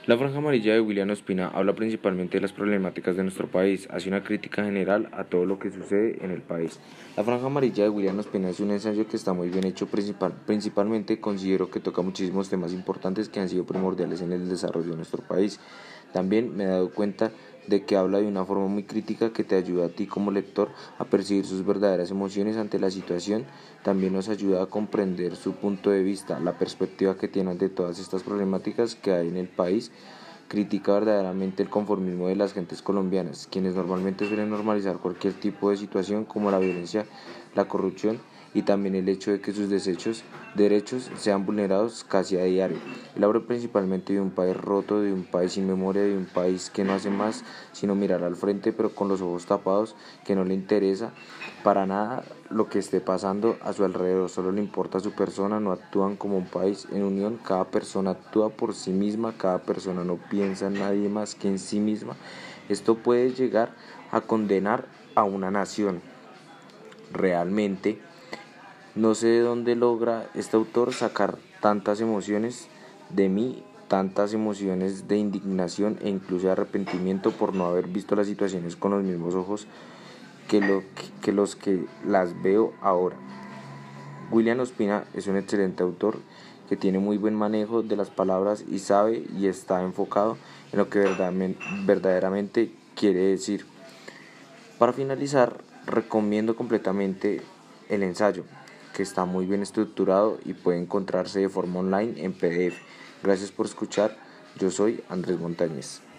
La Franja Amarilla de William Ospina habla principalmente de las problemáticas de nuestro país, hace una crítica general a todo lo que sucede en el país. La Franja Amarilla de William Ospina es un ensayo que está muy bien hecho, principalmente considero que toca muchísimos temas importantes que han sido primordiales en el desarrollo de nuestro país. También me he dado cuenta de que habla de una forma muy crítica que te ayuda a ti como lector a percibir sus verdaderas emociones ante la situación. También nos ayuda a comprender su punto de vista, la perspectiva que tiene ante todas estas problemáticas que hay en el país. Critica verdaderamente el conformismo de las gentes colombianas, quienes normalmente suelen normalizar cualquier tipo de situación como la violencia, la corrupción y también el hecho de que sus derechos sean vulnerados casi a diario. Él habla principalmente de un país roto, de un país sin memoria, de un país que no hace más sino mirar al frente pero con los ojos tapados, que no le interesa para nada lo que esté pasando a su alrededor, solo le importa su persona, no actúan como un país en unión, cada persona actúa por sí misma, cada persona no piensa en nadie más que en sí misma. Esto puede llegar a condenar a una nación. Realmente no sé de dónde logra este autor sacar tantas emociones de mí, tantas emociones de indignación e incluso de arrepentimiento por no haber visto las situaciones con los mismos ojos que los que las veo ahora. William Ospina es un excelente autor que tiene muy buen manejo de las palabras y sabe y está enfocado en lo que verdaderamente quiere decir. Para finalizar, recomiendo completamente el ensayo, que está muy bien estructurado y puede encontrarse de forma online en PDF. Gracias por escuchar, yo soy Andrés Montañez.